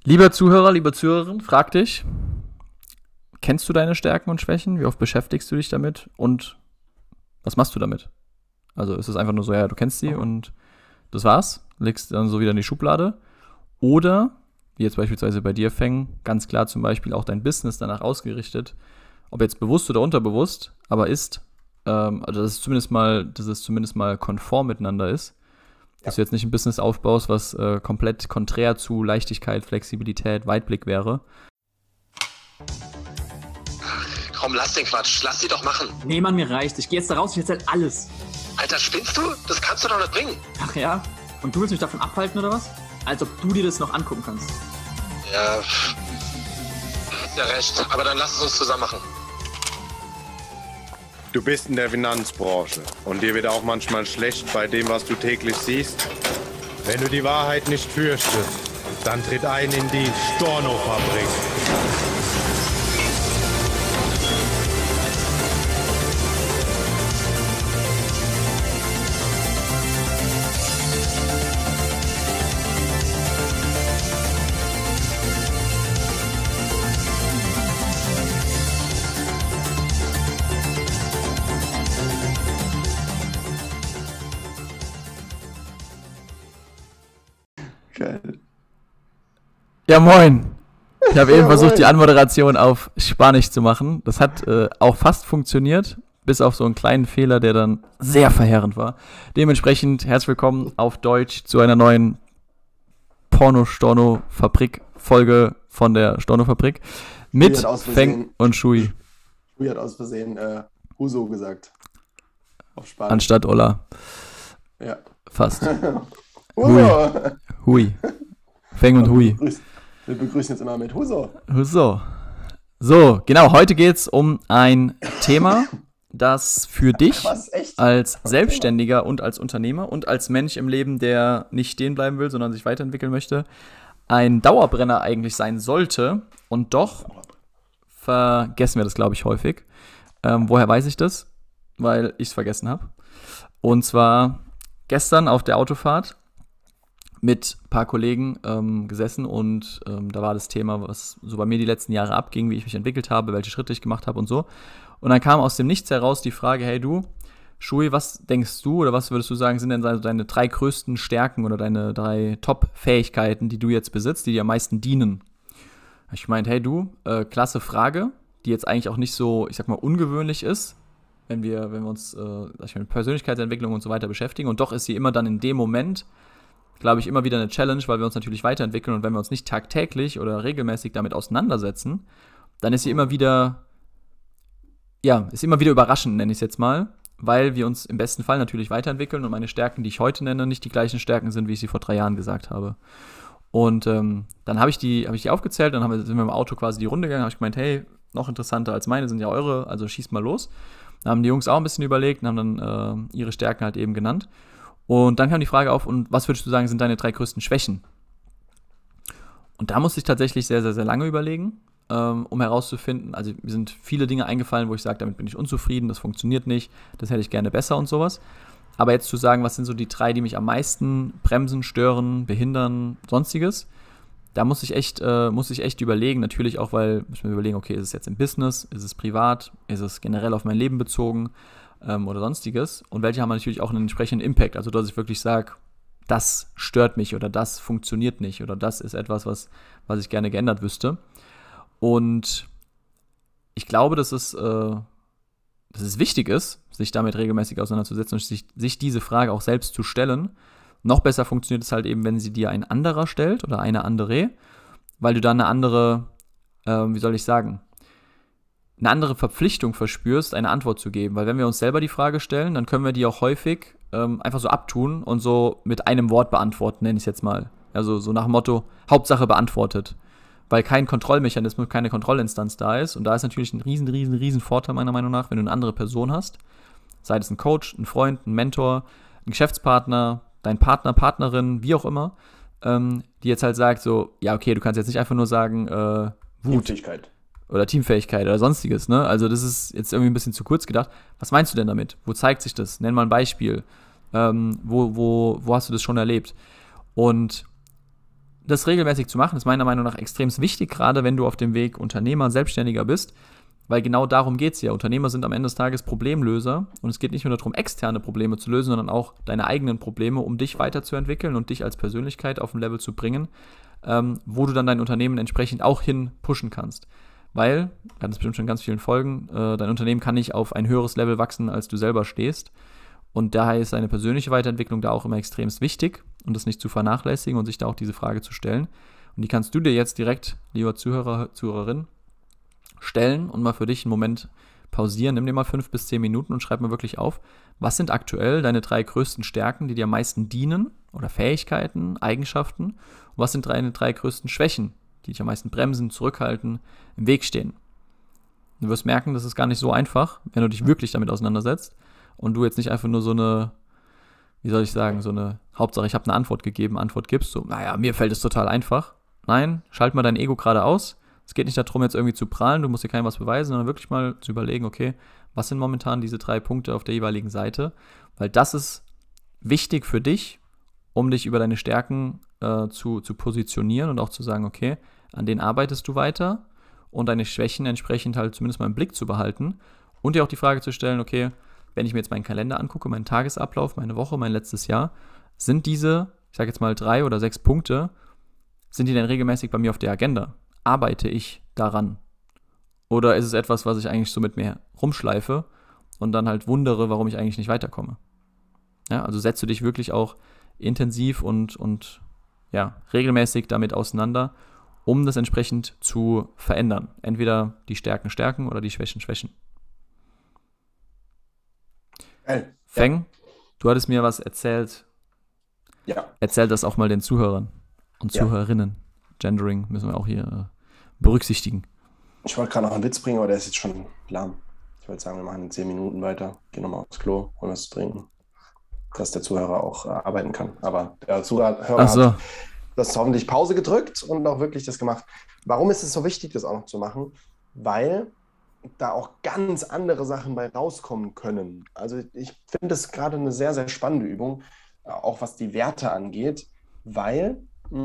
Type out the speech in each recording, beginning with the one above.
Lieber Zuhörer, liebe Zuhörerin, frag dich, kennst du deine Stärken und Schwächen? Wie oft beschäftigst du dich damit? Und was machst du damit? Also ist es einfach nur so, ja, du kennst sie und das war's? Legst dann so wieder in die Schublade? Oder, wie jetzt beispielsweise bei dir Feng, ganz klar zum Beispiel auch dein Business danach ausgerichtet, ob jetzt bewusst oder unterbewusst, aber also dass es zumindest mal konform miteinander ist. Dass du jetzt nicht ein Business aufbaust, was komplett konträr zu Leichtigkeit, Flexibilität, Weitblick wäre. Komm, lass den Quatsch. Lass sie doch machen. Nee, Mann, mir reicht. Ich geh jetzt da raus, ich erzähl alles. Alter, spinnst du? Das kannst du doch nicht bringen. Ach ja? Und du willst mich davon abhalten, oder was? Als ob du dir das noch angucken kannst. Ja, hast ja recht. Aber dann lass es uns zusammen machen. Du bist in der Finanzbranche und dir wird auch manchmal schlecht bei dem, was du täglich siehst. Wenn du die Wahrheit nicht fürchtest, dann tritt ein in die Storno-Fabrik. Geil. Ja, moin. Ich habe eben versucht, die Anmoderation auf Spanisch zu machen. Das hat auch fast funktioniert, bis auf so einen kleinen Fehler, der dann sehr verheerend war. Dementsprechend herzlich willkommen auf Deutsch zu einer neuen Porno-Storno-Fabrik-Folge von der Storno-Fabrik mit Feng und Shui. Shui hat aus Versehen Huso gesagt. Auf Spanisch. Anstatt Ola. Ja. Fast. Huso! Hui. Feng und Hui. Wir begrüßen jetzt immer mit Huso. Huso. So, genau, heute geht es um ein Thema, das für dich als Selbstständiger und als Unternehmer und als Mensch im Leben, der nicht stehen bleiben will, sondern sich weiterentwickeln möchte, ein Dauerbrenner eigentlich sein sollte. Und doch vergessen wir das, glaube ich, häufig. Woher weiß ich das? Weil ich es vergessen habe. Und zwar gestern auf der Autofahrt mit ein paar Kollegen gesessen und da war das Thema, was so bei mir die letzten Jahre abging, wie ich mich entwickelt habe, welche Schritte ich gemacht habe und so. Und dann kam aus dem Nichts heraus die Frage, hey du, Shui, was denkst du oder was würdest du sagen, sind denn deine 3 größten Stärken oder deine 3 Top-Fähigkeiten, die du jetzt besitzt, die dir am meisten dienen? Ich meinte, hey du, klasse Frage, die jetzt eigentlich auch nicht so, ich sag mal, ungewöhnlich ist, wenn wir uns mit Persönlichkeitsentwicklung und so weiter beschäftigen. Und doch ist sie immer dann in dem Moment, glaube ich, immer wieder eine Challenge, weil wir uns natürlich weiterentwickeln und wenn wir uns nicht tagtäglich oder regelmäßig damit auseinandersetzen, dann ist sie immer wieder, überraschend, nenne ich es jetzt mal, weil wir uns im besten Fall natürlich weiterentwickeln und meine Stärken, die ich heute nenne, nicht die gleichen Stärken sind, wie ich sie vor 3 Jahren gesagt habe. Und dann habe ich die aufgezählt, dann sind wir im Auto quasi die Runde gegangen, habe ich gemeint, hey, noch interessanter als meine sind ja eure, also schießt mal los. Dann haben die Jungs auch ein bisschen überlegt und haben dann ihre Stärken halt eben genannt. Und dann kam die Frage auf, und was würdest du sagen, sind deine 3 größten Schwächen? Und da musste ich tatsächlich sehr, sehr, sehr lange überlegen, um herauszufinden, also mir sind viele Dinge eingefallen, wo ich sage, damit bin ich unzufrieden, das funktioniert nicht, das hätte ich gerne besser und sowas. Aber jetzt zu sagen, was sind so die 3, die mich am meisten bremsen, stören, behindern, sonstiges, da muss ich echt überlegen, natürlich auch, weil ich mir überlegen, okay, ist es jetzt im Business, ist es privat, ist es generell auf mein Leben bezogen, oder sonstiges. Und welche haben natürlich auch einen entsprechenden Impact. Also, dass ich wirklich sage, das stört mich oder das funktioniert nicht oder das ist etwas, was ich gerne geändert wüsste. Und ich glaube, dass es wichtig ist, sich damit regelmäßig auseinanderzusetzen und sich diese Frage auch selbst zu stellen. Noch besser funktioniert es halt eben, wenn sie dir ein anderer stellt oder eine andere, weil du dann eine andere, eine andere Verpflichtung verspürst, eine Antwort zu geben. Weil wenn wir uns selber die Frage stellen, dann können wir die auch häufig einfach so abtun und so mit einem Wort beantworten, nenne ich es jetzt mal. Also so nach dem Motto, Hauptsache beantwortet. Weil kein Kontrollmechanismus, keine Kontrollinstanz da ist. Und da ist natürlich ein riesen Vorteil meiner Meinung nach, wenn du eine andere Person hast. Sei es ein Coach, ein Freund, ein Mentor, ein Geschäftspartner, dein Partner, Partnerin, wie auch immer, die jetzt halt sagt so, ja okay, du kannst jetzt nicht einfach nur sagen, Wut. Teamfähigkeit. Oder Teamfähigkeit oder sonstiges, ne? Also das ist jetzt irgendwie ein bisschen zu kurz gedacht. Was meinst du denn damit? Wo zeigt sich das? Nenn mal ein Beispiel. Wo hast du das schon erlebt? Und das regelmäßig zu machen, ist meiner Meinung nach extrem wichtig, gerade wenn du auf dem Weg Unternehmer, Selbstständiger bist, weil genau darum geht es ja. Unternehmer sind am Ende des Tages Problemlöser und es geht nicht nur darum, externe Probleme zu lösen, sondern auch deine eigenen Probleme, um dich weiterzuentwickeln und dich als Persönlichkeit auf ein Level zu bringen, wo du dann dein Unternehmen entsprechend auch hin pushen kannst. Weil, das ist bestimmt schon in ganz vielen Folgen, dein Unternehmen kann nicht auf ein höheres Level wachsen, als du selber stehst. Und daher ist deine persönliche Weiterentwicklung da auch immer extrem wichtig und das nicht zu vernachlässigen und sich da auch diese Frage zu stellen. Und die kannst du dir jetzt direkt, lieber Zuhörer, Zuhörerin, stellen und mal für dich einen Moment pausieren. Nimm dir mal 5 bis 10 Minuten und schreib mal wirklich auf, was sind aktuell deine 3 größten Stärken, die dir am meisten dienen oder Fähigkeiten, Eigenschaften und was sind deine 3 größten Schwächen, die dich am meisten bremsen, zurückhalten, im Weg stehen. Du wirst merken, das ist gar nicht so einfach, wenn du dich wirklich damit auseinandersetzt und du jetzt nicht einfach nur so eine, wie soll ich sagen, so eine Hauptsache, ich habe eine Antwort gegeben, Antwort gibst, so, naja, mir fällt es total einfach. Nein, schalt mal dein Ego gerade aus. Es geht nicht darum, jetzt irgendwie zu prahlen, du musst dir keinem was beweisen, sondern wirklich mal zu überlegen, okay, was sind momentan diese 3 Punkte auf der jeweiligen Seite? Weil das ist wichtig für dich, um dich über deine Stärken zu positionieren und auch zu sagen, okay, an denen arbeitest du weiter und deine Schwächen entsprechend halt zumindest mal im Blick zu behalten und dir auch die Frage zu stellen, okay, wenn ich mir jetzt meinen Kalender angucke, meinen Tagesablauf, meine Woche, mein letztes Jahr, sind diese, ich sage jetzt mal 3 oder 6 Punkte, sind die denn regelmäßig bei mir auf der Agenda? Arbeite ich daran? Oder ist es etwas, was ich eigentlich so mit mir rumschleife und dann halt wundere, warum ich eigentlich nicht weiterkomme? Ja, also setzt du dich wirklich auch intensiv und ja, regelmäßig damit auseinander, um das entsprechend zu verändern. Entweder die Stärken stärken oder die Schwächen schwächen. Feng, du hattest mir was erzählt. Ja. Erzähl das auch mal den Zuhörern und Zuhörerinnen. Gendering müssen wir auch hier berücksichtigen. Ich wollte gerade noch einen Witz bringen, aber der ist jetzt schon lahm. Ich wollte sagen, wir machen in 10 Minuten weiter. Gehen nochmal aufs Klo, holen was zu trinken. Dass der Zuhörer auch arbeiten kann. Aber der Zuhörer hat das hoffentlich Pause gedrückt und auch wirklich das gemacht. Warum ist es so wichtig, das auch noch zu machen? Weil da auch ganz andere Sachen bei rauskommen können. Also ich finde das gerade eine sehr, sehr spannende Übung, auch was die Werte angeht, weil,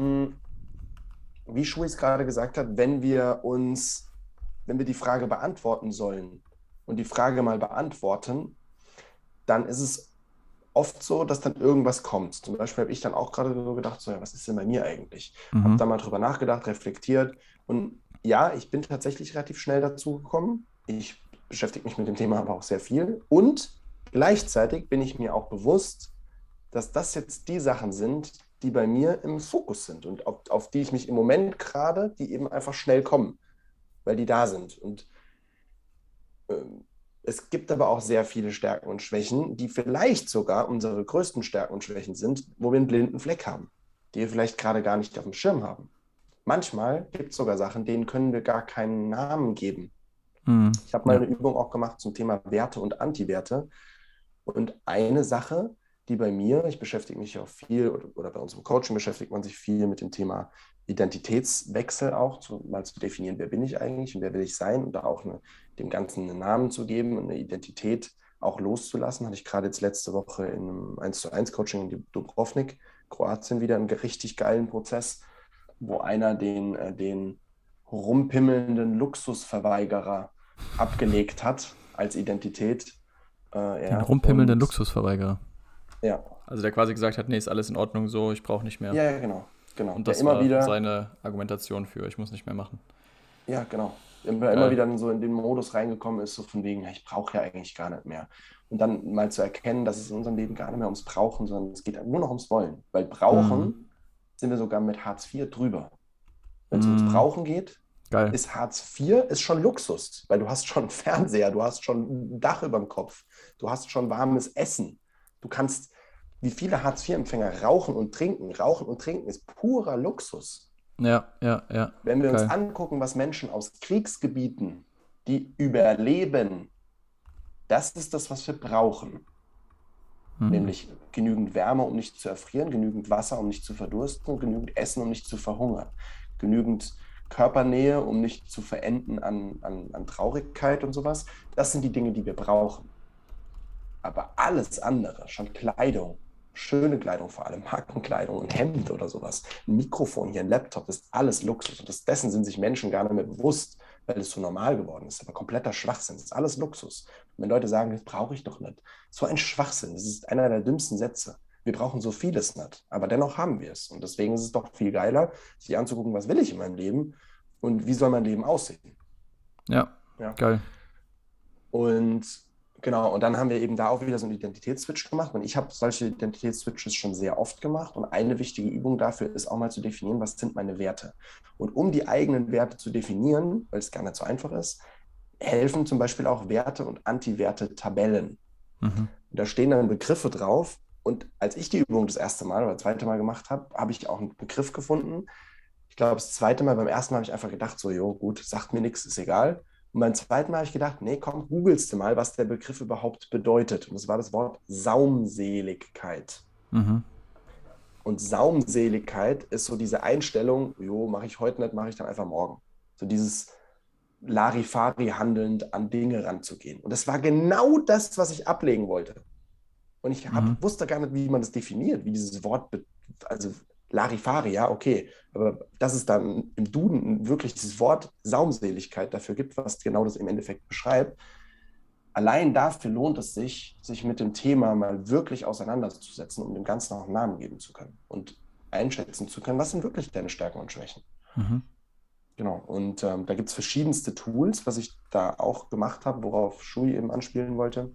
wie Shui es gerade gesagt hat, wenn wir die Frage beantworten sollen und die Frage mal beantworten, dann ist es oft so, dass dann irgendwas kommt. Zum Beispiel habe ich dann auch gerade so gedacht, so, ja, was ist denn bei mir eigentlich? Habe da mal drüber nachgedacht, reflektiert und ja, ich bin tatsächlich relativ schnell dazu gekommen. Ich beschäftige mich mit dem Thema aber auch sehr viel und gleichzeitig bin ich mir auch bewusst, dass das jetzt die Sachen sind, die bei mir im Fokus sind und auf die ich mich im Moment gerade, die eben einfach schnell kommen, weil die da sind. Und es gibt aber auch sehr viele Stärken und Schwächen, die vielleicht sogar unsere größten Stärken und Schwächen sind, wo wir einen blinden Fleck haben, die wir vielleicht gerade gar nicht auf dem Schirm haben. Manchmal gibt es sogar Sachen, denen können wir gar keinen Namen geben. Ich habe mal eine Übung auch gemacht zum Thema Werte und Antiwerte. Und eine Sache, die bei mir, ich beschäftige mich auch viel, oder bei unserem Coaching beschäftigt man sich viel mit dem Thema Identitätswechsel auch, mal zu definieren, wer bin ich eigentlich und wer will ich sein und da auch dem Ganzen einen Namen zu geben und eine Identität auch loszulassen. Hatte ich gerade jetzt letzte Woche in einem 1:1 Coaching in Dubrovnik, Kroatien, wieder einen richtig geilen Prozess, wo einer den rumpimmelnden Luxusverweigerer abgelegt hat als Identität. Den rumpimmelnden Luxusverweigerer. Ja. Also der quasi gesagt hat, nee, ist alles in Ordnung so, ich brauche nicht mehr. Ja, genau. Und das war seine Argumentation für, ich muss nicht mehr machen. Ja, genau. Immer wieder so in den Modus reingekommen ist, so von wegen, ich brauche ja eigentlich gar nicht mehr. Und dann mal zu erkennen, dass es in unserem Leben gar nicht mehr ums Brauchen, sondern es geht nur noch ums Wollen. Weil Brauchen sind wir sogar mit Hartz IV drüber. Wenn es ums Brauchen geht, geil. Ist Hartz IV ist schon Luxus, weil du hast schon einen Fernseher, du hast schon ein Dach über dem Kopf, du hast schon warmes Essen. Du kannst, wie viele Hartz-IV-Empfänger rauchen und trinken. Rauchen und trinken ist purer Luxus. Ja. Wenn wir uns angucken, was Menschen aus Kriegsgebieten, die überleben, das ist das, was wir brauchen. Nämlich genügend Wärme, um nicht zu erfrieren, genügend Wasser, um nicht zu verdursten, und genügend Essen, um nicht zu verhungern. Genügend Körpernähe, um nicht zu verenden an Traurigkeit und sowas. Das sind die Dinge, die wir brauchen. Aber alles andere, schon Kleidung, schöne Kleidung vor allem, Markenkleidung, ein Hemd oder sowas, ein Mikrofon hier, ein Laptop, das ist alles Luxus. Und dessen sind sich Menschen gar nicht mehr bewusst, weil es so normal geworden ist. Aber kompletter Schwachsinn, das ist alles Luxus. Und wenn Leute sagen, das brauche ich doch nicht. So ein Schwachsinn, das ist einer der dümmsten Sätze. Wir brauchen so vieles nicht, aber dennoch haben wir es. Und deswegen ist es doch viel geiler, sich anzugucken, was will ich in meinem Leben und wie soll mein Leben aussehen. Ja, geil. Und genau, und dann haben wir eben da auch wieder so einen Identitätsswitch gemacht. Und ich habe solche Identitätsswitches schon sehr oft gemacht. Und eine wichtige Übung dafür ist auch mal zu definieren, was sind meine Werte. Und um die eigenen Werte zu definieren, weil es gar nicht so einfach ist, helfen zum Beispiel auch Werte- und Anti-Werte-Tabellen. Da stehen dann Begriffe drauf. Und als ich die Übung das erste Mal oder zweite Mal gemacht habe, habe ich auch einen Begriff gefunden. Ich glaube, das zweite Mal, beim ersten Mal habe ich einfach gedacht, so, jo, gut, sagt mir nichts, ist egal. Und beim zweiten Mal habe ich gedacht, nee, komm, googelst du mal, was der Begriff überhaupt bedeutet. Und das war das Wort Saumseligkeit. Und Saumseligkeit ist so diese Einstellung, jo, mache ich heute nicht, mache ich dann einfach morgen. So dieses Larifari handelnd an Dinge ranzugehen. Und das war genau das, was ich ablegen wollte. Und ich wusste gar nicht, wie man das definiert, wie dieses Wort, also Larifari, ja, okay, aber dass es dann im Duden wirklich dieses Wort Saumseligkeit dafür gibt, was genau das im Endeffekt beschreibt, allein dafür lohnt es sich, sich mit dem Thema mal wirklich auseinanderzusetzen, um dem Ganzen auch einen Namen geben zu können und einschätzen zu können, was sind wirklich deine Stärken und Schwächen. Genau, und da gibt es verschiedenste Tools, was ich da auch gemacht habe, worauf Shui eben anspielen wollte,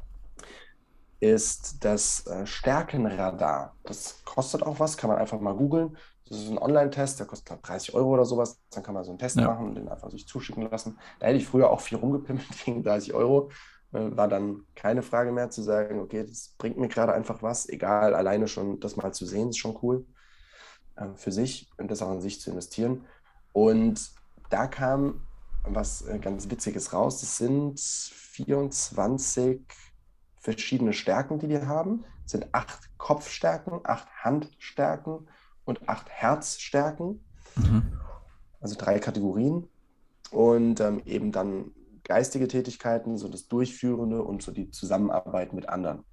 ist das Stärkenradar. Das kostet auch was, kann man einfach mal googeln. Das ist ein Online-Test, der kostet 30 € oder sowas. Dann kann man so einen Test machen und den einfach sich zuschicken lassen. Da hätte ich früher auch viel rumgepimmelt gegen 30 €. War dann keine Frage mehr zu sagen, okay, das bringt mir gerade einfach was. Egal, alleine schon das mal zu sehen, ist schon cool für sich und das auch in sich zu investieren. Und da kam was ganz Witziges raus. Das sind 24 verschiedene Stärken, die haben. Es sind 8 Kopfstärken, 8 Handstärken und 8 Herzstärken. Also 3 Kategorien. Und eben dann geistige Tätigkeiten, so das Durchführende und so die Zusammenarbeit mit anderen.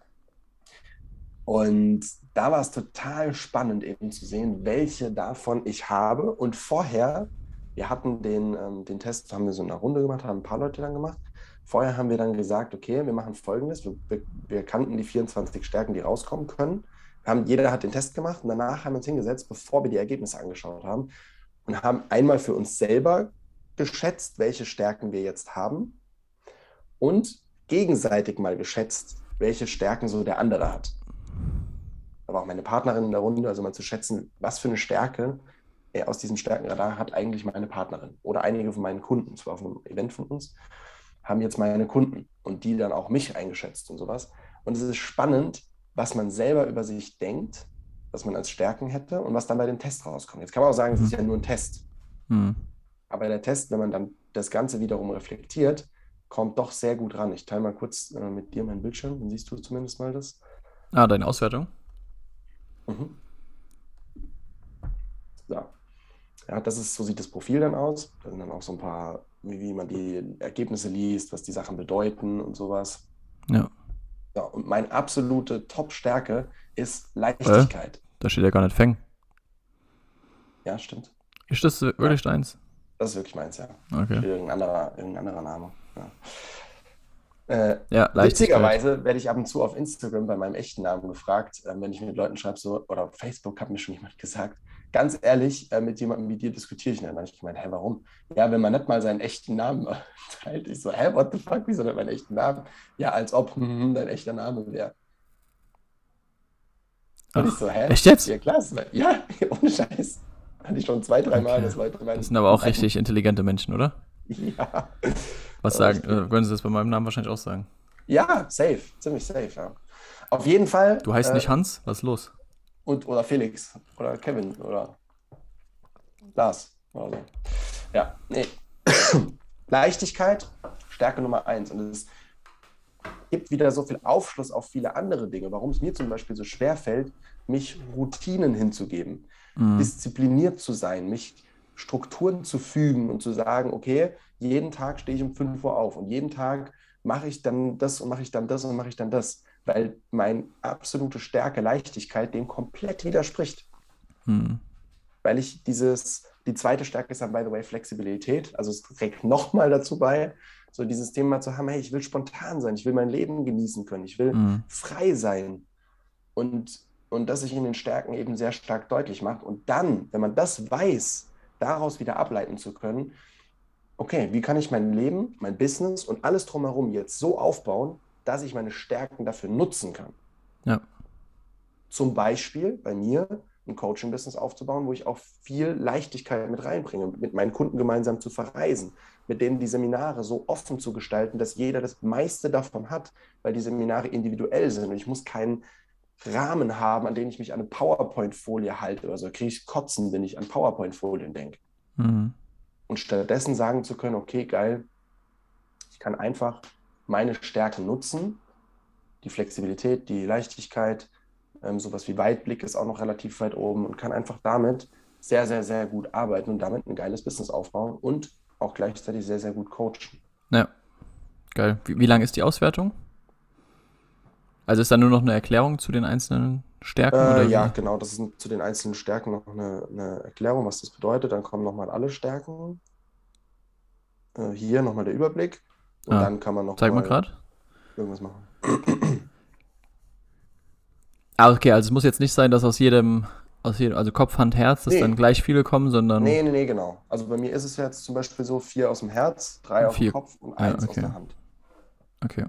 Und da war es total spannend eben zu sehen, welche davon ich habe. Und vorher, wir hatten den Test, haben wir so in einer Runde gemacht, haben ein paar Leute dann gemacht. Vorher haben wir dann gesagt, okay, wir machen Folgendes. Wir kannten die 24 Stärken, die rauskommen können. Jeder hat den Test gemacht und danach haben wir uns hingesetzt, bevor wir die Ergebnisse angeschaut haben und haben einmal für uns selber geschätzt, welche Stärken wir jetzt haben und gegenseitig mal geschätzt, welche Stärken so der andere hat. Da war auch meine Partnerin in der Runde, also mal zu schätzen, was für eine Stärke aus diesem Stärkenradar hat eigentlich meine Partnerin oder einige von meinen Kunden. Das war auf einem Event von uns. Haben jetzt meine Kunden und die dann auch mich eingeschätzt und sowas. Und es ist spannend, was man selber über sich denkt, was man als Stärken hätte und was dann bei dem Test rauskommt. Jetzt kann man auch sagen, es ist ja nur ein Test. Aber der Test, wenn man dann das Ganze wiederum reflektiert, kommt doch sehr gut ran. Ich teile mal kurz mit dir meinen Bildschirm, dann siehst du zumindest mal das. Deine Auswertung? So. Ja, so sieht das Profil dann aus. Da sind dann auch so ein paar, wie man die Ergebnisse liest, was die Sachen bedeuten und sowas. Ja. So, und meine absolute Top-Stärke ist Leichtigkeit. Da steht ja gar nicht Feng. Ja, stimmt. Ist das wirklich deins? Das ist wirklich meins, ja. Okay. Steht irgendein anderer Name. Ja. Witzigerweise werde ich ab und zu auf Instagram bei meinem echten Namen gefragt, wenn ich mit Leuten schreibe, so, oder auf Facebook hat mir schon jemand gesagt, ganz ehrlich, mit jemandem wie dir diskutiere ich nicht. Dann habe ich gemeint, warum? Ja, wenn man nicht mal seinen echten Namen teilt. Ich so, what the fuck, wieso nicht meinen echten Namen? Ja, als ob dein echter Name wäre. Und ich so, echt jetzt? Ja, klar. Ja, ohne Scheiß. Hatte ich schon 2-3 Mal, dass Leute meinen. Das sind aber auch richtig intelligente Menschen, oder? Ja. Was sagen? Können Sie das bei meinem Namen wahrscheinlich auch sagen? Ja, safe. Ziemlich safe, ja. Auf jeden Fall. Du heißt nicht Hans? Was ist los? Oder Felix. Oder Kevin. Oder Lars. Oder so. Ja, nee. Leichtigkeit, Stärke Nummer 1. Und es gibt wieder so viel Aufschluss auf viele andere Dinge. Warum es mir zum Beispiel so schwer fällt, mich Routinen hinzugeben. Diszipliniert zu sein, mich Strukturen zu fügen und zu sagen, okay, jeden Tag stehe ich um 5 Uhr auf und jeden Tag mache ich dann das und mache ich dann das und mache ich dann das. weil meine absolute Stärke, Leichtigkeit dem komplett widerspricht. Weil ich die zweite Stärke ist dann, by the way, Flexibilität. Also es trägt nochmal dazu bei, so dieses Thema zu haben, hey, ich will spontan sein, ich will mein Leben genießen können, ich will frei sein. Und das sich in den Stärken eben sehr stark deutlich macht. Und dann, wenn man das weiß, daraus wieder ableiten zu können, okay, wie kann ich mein Leben, mein Business und alles drumherum jetzt so aufbauen, dass ich meine Stärken dafür nutzen kann. Ja. Zum Beispiel bei mir ein Coaching-Business aufzubauen, wo ich auch viel Leichtigkeit mit reinbringe, mit meinen Kunden gemeinsam zu verreisen, mit denen die Seminare so offen zu gestalten, dass jeder das meiste davon hat, weil die Seminare individuell sind und ich muss keinen Rahmen haben, an den ich mich an eine PowerPoint-Folie halte oder so. Da kriege ich Kotzen, wenn ich an PowerPoint-Folien denke. Und stattdessen sagen zu können, okay, geil, ich kann einfach meine Stärken nutzen, die Flexibilität, die Leichtigkeit, sowas wie Weitblick ist auch noch relativ weit oben und kann einfach damit sehr, sehr, sehr gut arbeiten und damit ein geiles Business aufbauen und auch gleichzeitig sehr, sehr gut coachen. Ja, geil. Wie lang ist die Auswertung? Also ist da nur noch eine Erklärung zu den einzelnen Stärken? Oder ja, genau. Das ist zu den einzelnen Stärken noch eine Erklärung, was das bedeutet. Dann kommen nochmal alle Stärken. Hier nochmal der Überblick. Und dann kann man noch zeig mal gerade. Irgendwas machen. Okay, also es muss jetzt nicht sein, dass aus jedem also Kopf, Hand, Herz, dass dann gleich viele kommen, sondern... Nee, genau. Also bei mir ist es jetzt zum Beispiel so 4 aus dem Herz, 3 auf dem Kopf und 1 aus der Hand. Okay.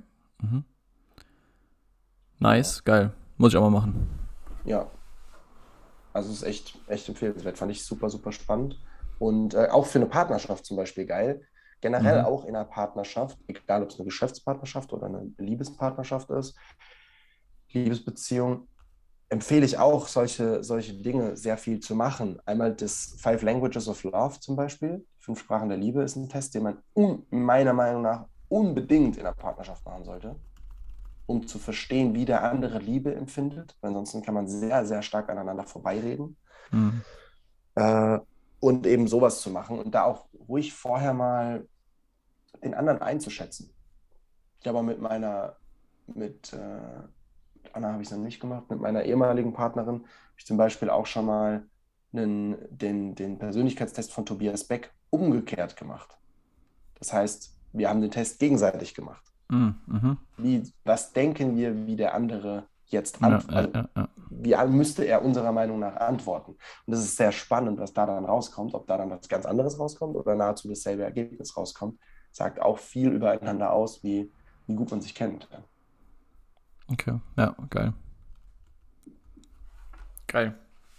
Nice, geil. Muss ich auch mal machen. Ja. Also es ist echt empfehlenswert. Fand ich super, super spannend. Und auch für eine Partnerschaft zum Beispiel geil. Generell auch in einer Partnerschaft, egal ob es eine Geschäftspartnerschaft oder eine Liebespartnerschaft ist, Liebesbeziehung, empfehle ich auch, solche Dinge sehr viel zu machen. Einmal das 5 Languages of Love zum Beispiel. 5 Sprachen der Liebe ist ein Test, den man meiner Meinung nach unbedingt in einer Partnerschaft machen sollte, um zu verstehen, wie der andere Liebe empfindet. Weil ansonsten kann man sehr, sehr stark aneinander vorbeireden. Und eben sowas zu machen und da auch ruhig vorher mal den anderen einzuschätzen. Ich habe mit Anna habe ich es noch nicht gemacht, mit meiner ehemaligen Partnerin habe ich zum Beispiel auch schon mal den Persönlichkeitstest von Tobias Beck umgekehrt gemacht. Das heißt, wir haben den Test gegenseitig gemacht. Was denken wir, wie der andere jetzt antwortet? Wie müsste er unserer Meinung nach antworten? Und das ist sehr spannend, was da dann rauskommt, ob da dann was ganz anderes rauskommt oder nahezu dasselbe Ergebnis rauskommt. Sagt auch viel übereinander aus, wie gut man sich kennt. Okay, ja, geil. Geil.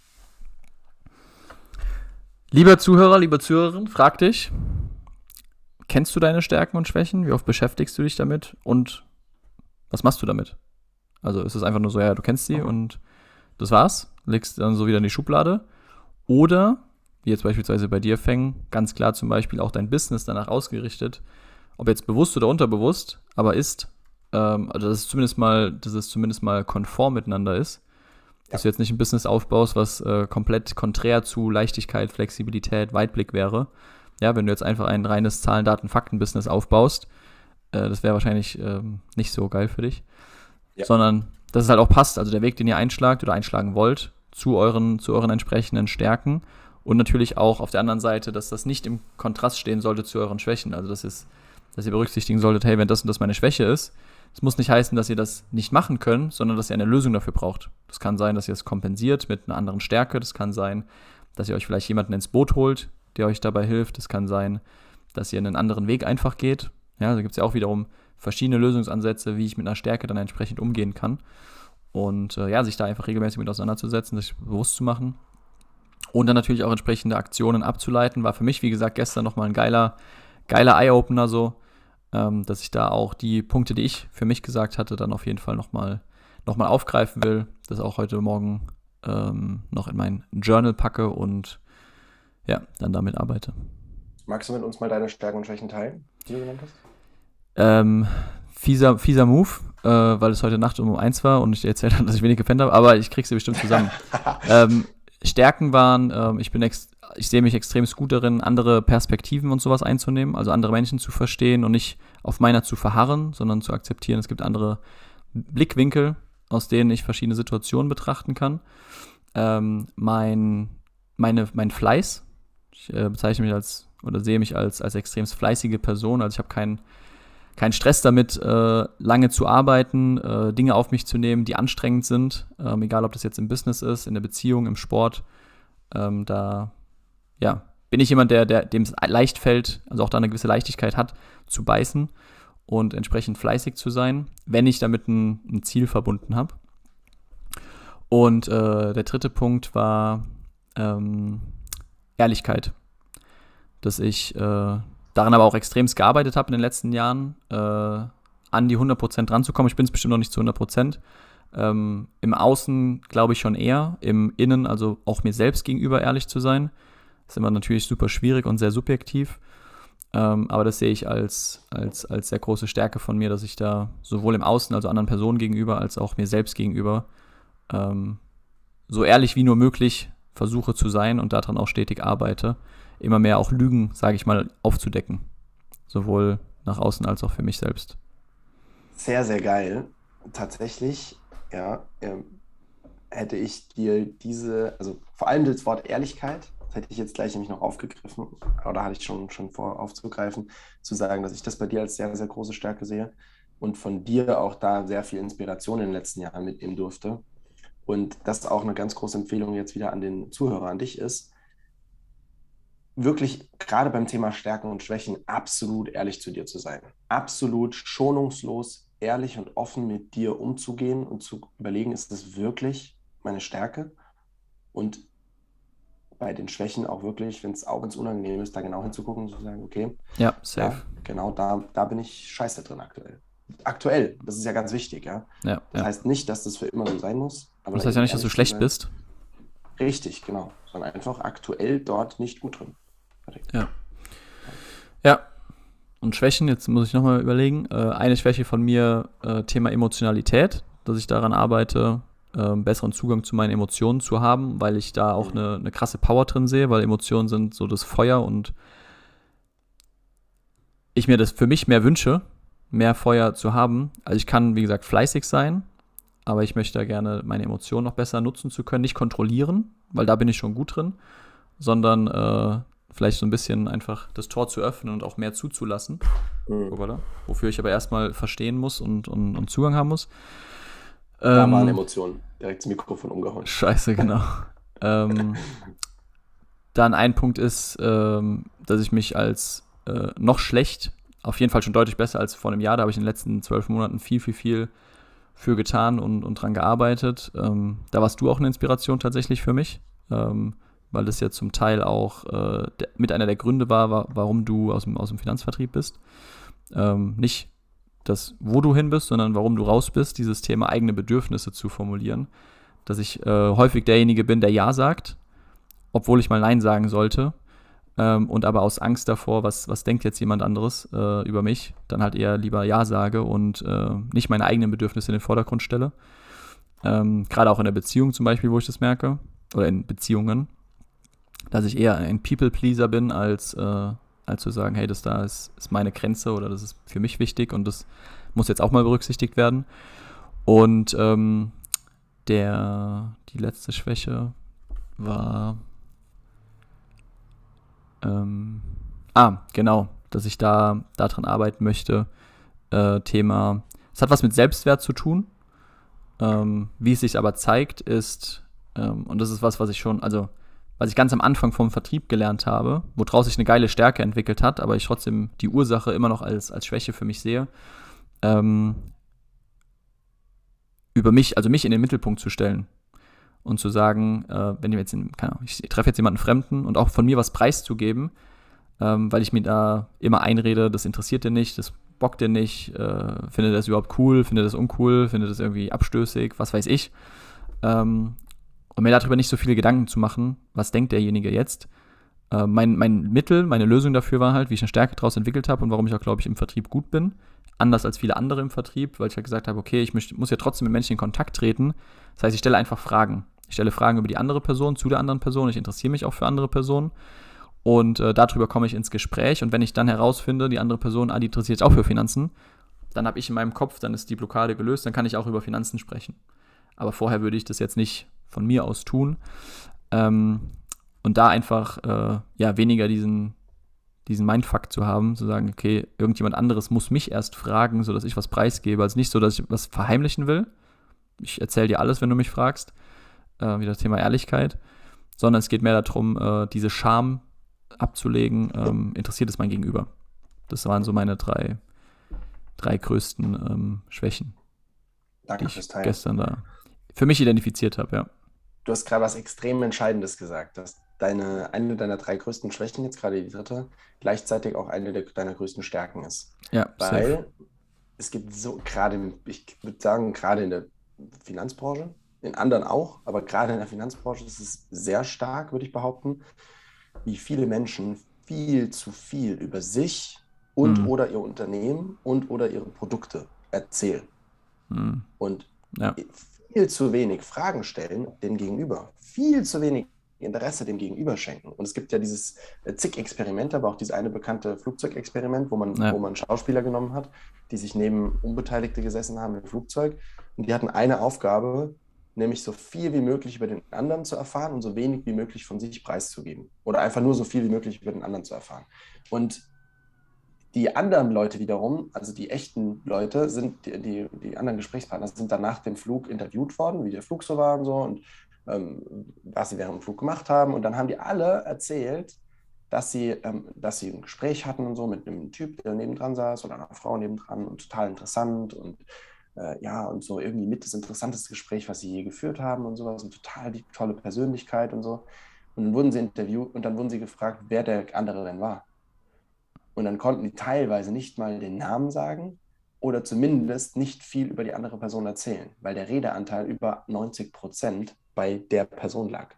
Lieber Zuhörer, liebe Zuhörerin, frag dich, kennst du deine Stärken und Schwächen? Wie oft beschäftigst du dich damit? Und was machst du damit? Also ist es einfach nur so, ja, du kennst sie und das war's? Legst dann so wieder in die Schublade? Oder, wie jetzt beispielsweise bei dir, Feng, ganz klar zum Beispiel auch dein Business danach ausgerichtet, ob jetzt bewusst oder unterbewusst, aber dass es zumindest mal konform miteinander ist. Dass du jetzt nicht ein Business aufbaust, was komplett konträr zu Leichtigkeit, Flexibilität, Weitblick wäre. Ja, wenn du jetzt einfach ein reines Zahlen, Daten, Fakten-Business aufbaust, das wäre wahrscheinlich nicht so geil für dich. Ja. Sondern, dass es halt auch passt, also der Weg, den ihr einschlagt oder einschlagen wollt, zu euren entsprechenden Stärken und natürlich auch auf der anderen Seite, dass das nicht im Kontrast stehen sollte zu euren Schwächen. Also dass ihr berücksichtigen solltet, hey, wenn das und das meine Schwäche ist, es muss nicht heißen, dass ihr das nicht machen könnt, sondern dass ihr eine Lösung dafür braucht. Das kann sein, dass ihr es kompensiert mit einer anderen Stärke. Das kann sein, dass ihr euch vielleicht jemanden ins Boot holt, der euch dabei hilft. Es kann sein, dass ihr einen anderen Weg einfach geht. Ja, da gibt es ja auch wiederum verschiedene Lösungsansätze, wie ich mit einer Stärke dann entsprechend umgehen kann. Und sich da einfach regelmäßig mit auseinanderzusetzen, sich bewusst zu machen. Und dann natürlich auch entsprechende Aktionen abzuleiten. War für mich, wie gesagt, gestern nochmal ein geiler Eye-Opener so, dass ich da auch die Punkte, die ich für mich gesagt hatte, dann auf jeden Fall nochmal aufgreifen will. Das auch heute Morgen noch in mein Journal packe und ja, dann damit arbeite. Magst du mit uns mal deine Stärken und Schwächen teilen, die du genannt hast? Fieser Move, weil es heute Nacht um 1 war und ich dir erzählt habe, dass ich wenig gepennt habe, aber ich krieg sie bestimmt zusammen. Stärken waren, ich sehe mich extrem gut darin, andere Perspektiven und sowas einzunehmen, also andere Menschen zu verstehen und nicht auf meiner zu verharren, sondern zu akzeptieren, es gibt andere Blickwinkel, aus denen ich verschiedene Situationen betrachten kann. Mein Fleiß. Ich bezeichne mich oder sehe mich als extrem fleißige Person. Also ich habe keinen Stress damit, lange zu arbeiten, Dinge auf mich zu nehmen, die anstrengend sind. Egal, ob das jetzt im Business ist, in der Beziehung, im Sport. Da bin ich jemand, dem es leicht fällt, also auch da eine gewisse Leichtigkeit hat, zu beißen und entsprechend fleißig zu sein, wenn ich damit ein Ziel verbunden habe. Und der dritte Punkt war Ehrlichkeit. Dass ich daran aber auch extremst gearbeitet habe in den letzten Jahren, an die 100% ranzukommen. Ich bin es bestimmt noch nicht zu 100%. Im Außen glaube ich schon eher, im Innen, also auch mir selbst gegenüber ehrlich zu sein. Das ist immer natürlich super schwierig und sehr subjektiv. Aber das sehe ich als sehr große Stärke von mir, dass ich da sowohl im Außen, also anderen Personen gegenüber, als auch mir selbst gegenüber so ehrlich wie nur möglich versuche zu sein und daran auch stetig arbeite, immer mehr auch Lügen, sage ich mal, aufzudecken. Sowohl nach außen als auch für mich selbst. Sehr, sehr geil. Tatsächlich, hätte ich dir also vor allem das Wort Ehrlichkeit, das hätte ich jetzt gleich nämlich noch aufgegriffen, oder hatte ich schon vor aufzugreifen, zu sagen, dass ich das bei dir als sehr, sehr große Stärke sehe und von dir auch da sehr viel Inspiration in den letzten Jahren mitnehmen durfte. Und das auch eine ganz große Empfehlung jetzt wieder an den Zuhörer, an dich ist, wirklich gerade beim Thema Stärken und Schwächen absolut ehrlich zu dir zu sein. Absolut schonungslos, ehrlich und offen mit dir umzugehen und zu überlegen, ist das wirklich meine Stärke? Und bei den Schwächen auch wirklich, wenn es unangenehm ist, da genau hinzugucken und zu sagen, okay, ja, safe. Ja, genau, da bin ich scheiße drin aktuell. Aktuell, das ist ja ganz wichtig, ja. Das heißt nicht, dass das für immer so sein muss. Aber das heißt ja nicht, dass du schlecht bist. Richtig, genau. Sondern einfach aktuell dort nicht gut drin. Ja. Und Schwächen, jetzt muss ich nochmal überlegen. Eine Schwäche von mir, Thema Emotionalität, dass ich daran arbeite, besseren Zugang zu meinen Emotionen zu haben, weil ich da auch eine krasse Power drin sehe, weil Emotionen sind so das Feuer und ich mir das für mich mehr wünsche, mehr Feuer zu haben. Also ich kann, wie gesagt, fleißig sein, aber ich möchte da gerne meine Emotionen noch besser nutzen zu können. Nicht kontrollieren, weil da bin ich schon gut drin, sondern vielleicht so ein bisschen einfach das Tor zu öffnen und auch mehr zuzulassen. Wofür ich aber erstmal verstehen muss und Zugang haben muss. Da waren Emotionen. Direkt das Mikrofon umgehauen. Scheiße, genau. Dann ein Punkt ist, dass ich mich als noch schlecht, auf jeden Fall schon deutlich besser als vor einem Jahr, da habe ich in den letzten 12 Monaten viel für getan und dran gearbeitet. Da warst du auch eine Inspiration tatsächlich für mich, weil das ja zum Teil auch mit einer der Gründe war, warum du aus dem Finanzvertrieb bist. Nicht das, wo du hin bist, sondern warum du raus bist, dieses Thema eigene Bedürfnisse zu formulieren. Dass ich häufig derjenige bin, der Ja sagt, obwohl ich mal Nein sagen sollte. Und aber aus Angst davor, was denkt jetzt jemand anderes über mich, dann halt eher lieber Ja sage und nicht meine eigenen Bedürfnisse in den Vordergrund stelle. Gerade auch in der Beziehung zum Beispiel, wo ich das merke, oder in Beziehungen, dass ich eher ein People-Pleaser bin, als zu sagen, hey, das da ist meine Grenze oder das ist für mich wichtig und das muss jetzt auch mal berücksichtigt werden. Und die letzte Schwäche war genau, dass ich da daran arbeiten möchte. Thema, es hat was mit Selbstwert zu tun. Wie es sich aber zeigt, ist, und das ist was ich ganz am Anfang vom Vertrieb gelernt habe, woraus sich eine geile Stärke entwickelt hat, aber ich trotzdem die Ursache immer noch als Schwäche für mich sehe, über mich, also mich in den Mittelpunkt zu stellen und zu sagen, wenn ich treffe jetzt jemanden Fremden und auch von mir was preiszugeben, weil ich mir da immer einrede, das interessiert dir nicht, das bockt dir nicht, findet das überhaupt cool, findet das uncool, findet das irgendwie abstößig, was weiß ich. Und mir darüber nicht so viele Gedanken zu machen, was denkt derjenige jetzt. Meine Lösung dafür war halt, wie ich eine Stärke daraus entwickelt habe und warum ich auch, glaube ich, im Vertrieb gut bin. Anders als viele andere im Vertrieb, weil ich halt gesagt habe, okay, ich muss ja trotzdem mit Menschen in Kontakt treten. Das heißt, ich stelle einfach Fragen. Ich stelle Fragen über die andere Person, zu der anderen Person. Ich interessiere mich auch für andere Personen. Und darüber komme ich ins Gespräch. Und wenn ich dann herausfinde, die andere Person, die interessiert sich auch für Finanzen, dann habe ich in meinem Kopf, dann ist die Blockade gelöst, dann kann ich auch über Finanzen sprechen. Aber vorher würde ich das jetzt nicht von mir aus tun. Und da einfach weniger diesen Mindfuck zu haben, zu sagen, okay, irgendjemand anderes muss mich erst fragen, sodass ich was preisgebe. Also nicht so, dass ich was verheimlichen will. Ich erzähle dir alles, wenn du mich fragst. Wieder das Thema Ehrlichkeit. Sondern es geht mehr darum, diese Scham abzulegen. Interessiert es mein Gegenüber? Das waren so meine drei größten Schwächen, Danke die fürs ich Teilen. gestern da für mich identifiziert habe, ja. Du hast gerade was extrem Entscheidendes gesagt, dass eine deiner 3 größten Schwächen, jetzt gerade die dritte, gleichzeitig auch eine deiner größten Stärken ist. Ja, safe. Weil es gibt so, ich würde sagen, gerade in der Finanzbranche, in anderen auch, aber gerade in der Finanzbranche ist es sehr stark, würde ich behaupten, wie viele Menschen viel zu viel über sich und oder ihr Unternehmen und oder ihre Produkte erzählen. Und viel zu wenig Fragen stellen dem Gegenüber. Viel zu wenig Interesse dem Gegenüber schenken. Und es gibt ja dieses zig Experimente, aber auch dieses eine bekannte Flugzeugexperiment, wo man Schauspieler genommen hat, die sich neben Unbeteiligte gesessen haben im Flugzeug. Und die hatten eine Aufgabe, nämlich so viel wie möglich über den anderen zu erfahren und so wenig wie möglich von sich preiszugeben. Oder einfach nur so viel wie möglich über den anderen zu erfahren. Und die anderen Leute wiederum, also die echten Leute, sind die anderen Gesprächspartner, sind dann nach dem Flug interviewt worden, wie der Flug so war und so und was sie während dem Flug gemacht haben. Und dann haben die alle erzählt, dass sie ein Gespräch hatten und so mit einem Typ, der nebendran saß oder einer Frau nebendran und total interessant und und so irgendwie mit das interessanteste Gespräch, was sie je geführt haben und sowas und total die tolle Persönlichkeit und so. Und dann wurden sie interviewt und dann wurden sie gefragt, wer der andere denn war. Und dann konnten die teilweise nicht mal den Namen sagen oder zumindest nicht viel über die andere Person erzählen, weil der Redeanteil über 90% bei der Person lag.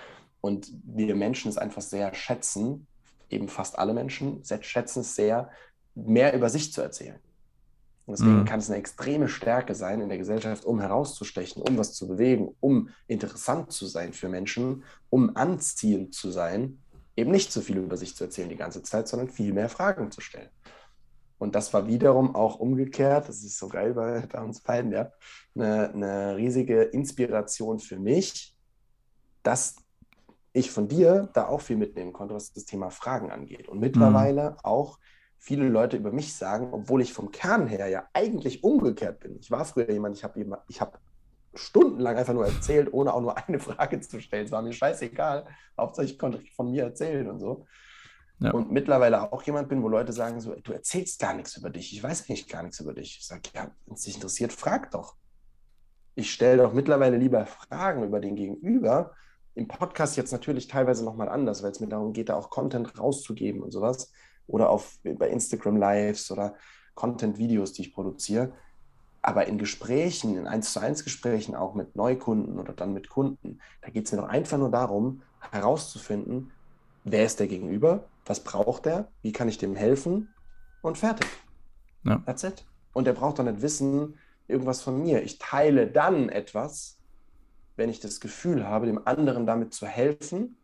Und wir Menschen es einfach sehr schätzen, eben fast alle Menschen schätzen es sehr, mehr über sich zu erzählen. Und deswegen kann es eine extreme Stärke sein in der Gesellschaft, um herauszustechen, um was zu bewegen, um interessant zu sein für Menschen, um anziehend zu sein, eben nicht so viel über sich zu erzählen die ganze Zeit, sondern viel mehr Fragen zu stellen. Und das war wiederum auch umgekehrt, das ist so geil bei uns beiden, ja, eine riesige Inspiration für mich, dass ich von dir da auch viel mitnehmen konnte, was das Thema Fragen angeht. Und mittlerweile auch viele Leute über mich sagen, obwohl ich vom Kern her ja eigentlich umgekehrt bin. Ich war früher jemand, ich habe stundenlang einfach nur erzählt, ohne auch nur eine Frage zu stellen. Es war mir scheißegal. Hauptsache ich konnte von mir erzählen und so. Ja. Und mittlerweile auch jemand bin, wo Leute sagen so, du erzählst gar nichts über dich. Ich weiß eigentlich gar nichts über dich. Ich sage, ja, wenn es dich interessiert, frag doch. Ich stelle doch mittlerweile lieber Fragen über den Gegenüber. Im Podcast jetzt natürlich teilweise nochmal anders, weil es mir darum geht, da auch Content rauszugeben und sowas. Oder bei Instagram Lives oder Content-Videos, die ich produziere. Aber in Gesprächen, in 1:1 Gesprächen auch mit Neukunden oder dann mit Kunden, da geht es mir doch einfach nur darum, herauszufinden, wer ist der Gegenüber, was braucht er, wie kann ich dem helfen und fertig. Ja. That's it. Und der braucht doch nicht wissen, irgendwas von mir. Ich teile dann etwas, wenn ich das Gefühl habe, dem anderen damit zu helfen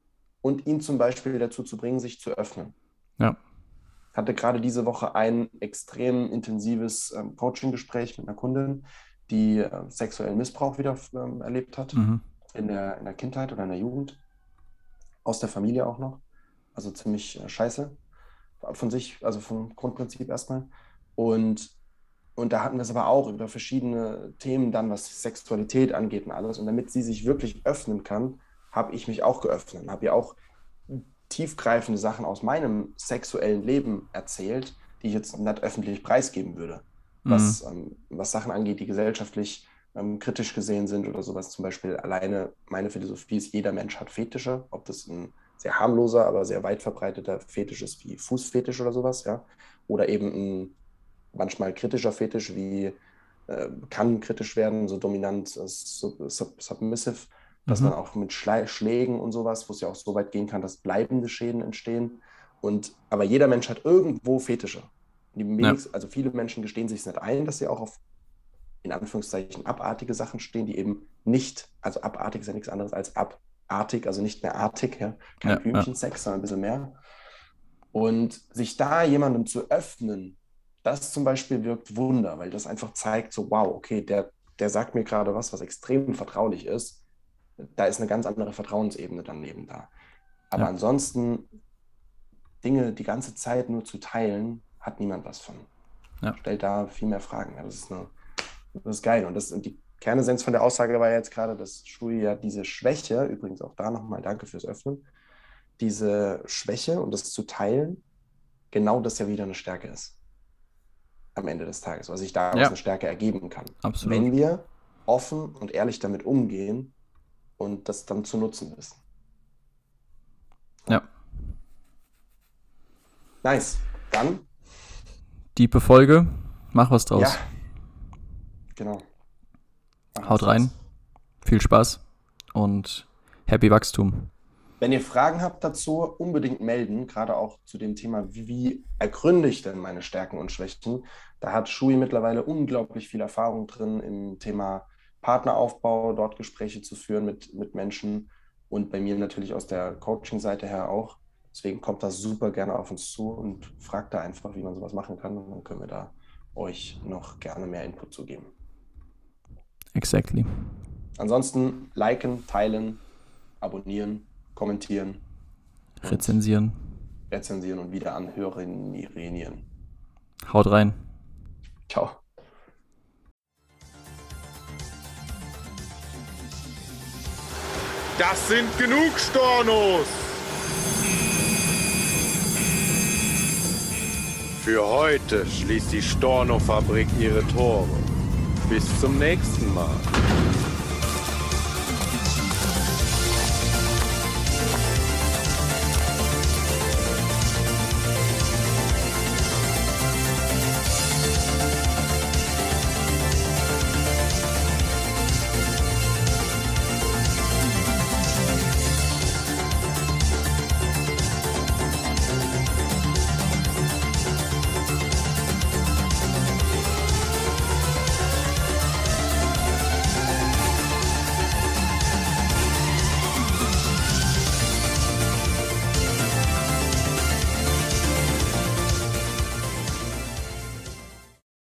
und ihn zum Beispiel dazu zu bringen, sich zu öffnen. Ja. Ich hatte gerade diese Woche ein extrem intensives Coaching-Gespräch mit einer Kundin, die sexuellen Missbrauch wieder erlebt hat in der Kindheit oder in der Jugend, aus der Familie auch noch. Also ziemlich scheiße von sich, also vom Grundprinzip erstmal. Und da hatten wir es aber auch über verschiedene Themen dann, was Sexualität angeht und alles. Und damit sie sich wirklich öffnen kann, habe ich mich auch geöffnet, habe ihr auch tiefgreifende Sachen aus meinem sexuellen Leben erzählt, die ich jetzt nicht öffentlich preisgeben würde. Was Sachen angeht, die gesellschaftlich kritisch gesehen sind oder sowas. Zum Beispiel alleine meine Philosophie ist, jeder Mensch hat Fetische, ob das ein sehr harmloser, aber sehr weit verbreiteter Fetisch ist wie Fußfetisch oder sowas, ja. Oder eben ein manchmal kritischer Fetisch wie kann kritisch werden, so dominant, submissive, dass man auch mit Schlägen und sowas, wo es ja auch so weit gehen kann, dass bleibende Schäden entstehen. Aber jeder Mensch hat irgendwo Fetische. Also viele Menschen gestehen sich es nicht ein, dass sie auch auf, in Anführungszeichen, abartige Sachen stehen, die eben nicht, also abartig ist ja nichts anderes als abartig, also nicht mehr artig, ja? Kein Blümchensex, sondern ein bisschen mehr. Und sich da jemandem zu öffnen, Das zum Beispiel wirkt Wunder, weil das einfach zeigt, so wow, okay, der sagt mir gerade was extrem vertraulich ist. Da ist eine ganz andere Vertrauensebene daneben da. Aber Ja. ansonsten Dinge die ganze Zeit nur zu teilen, hat niemand was von. Ja. Stellt da viel mehr Fragen. Ja, das ist geil. Und die Kernessenz von der Aussage war jetzt gerade, dass Shui ja diese Schwäche, übrigens auch da nochmal danke fürs Öffnen, diese Schwäche und das zu teilen, genau das ja wieder eine Stärke ist. Am Ende des Tages, was sich daraus Ja. eine Stärke ergeben kann. Absolut. Wenn wir offen und ehrlich damit umgehen und das dann zu nutzen wissen. Ja. Nice. Dann, Diepe Folge. Mach was draus. ja, genau. Machen Haut wir's rein. raus. Viel Spaß und happy Wachstum. Wenn ihr Fragen habt dazu, unbedingt melden, gerade auch zu dem Thema, wie ergründe ich denn meine Stärken und Schwächen. Da hat Shui mittlerweile unglaublich viel Erfahrung drin im Thema Partneraufbau, dort Gespräche zu führen mit Menschen und bei mir natürlich aus der Coaching-Seite her auch. Deswegen kommt das super gerne auf uns zu und fragt da einfach, wie man sowas machen kann und dann können wir da euch noch gerne mehr Input zu geben. Exactly. Ansonsten liken, teilen, abonnieren, kommentieren, Rezensieren. rezensieren und wieder anhören. Haut rein. Ciao. Das sind genug Stornos! Für heute schließt die Storno-Fabrik ihre Tore. Bis zum nächsten Mal.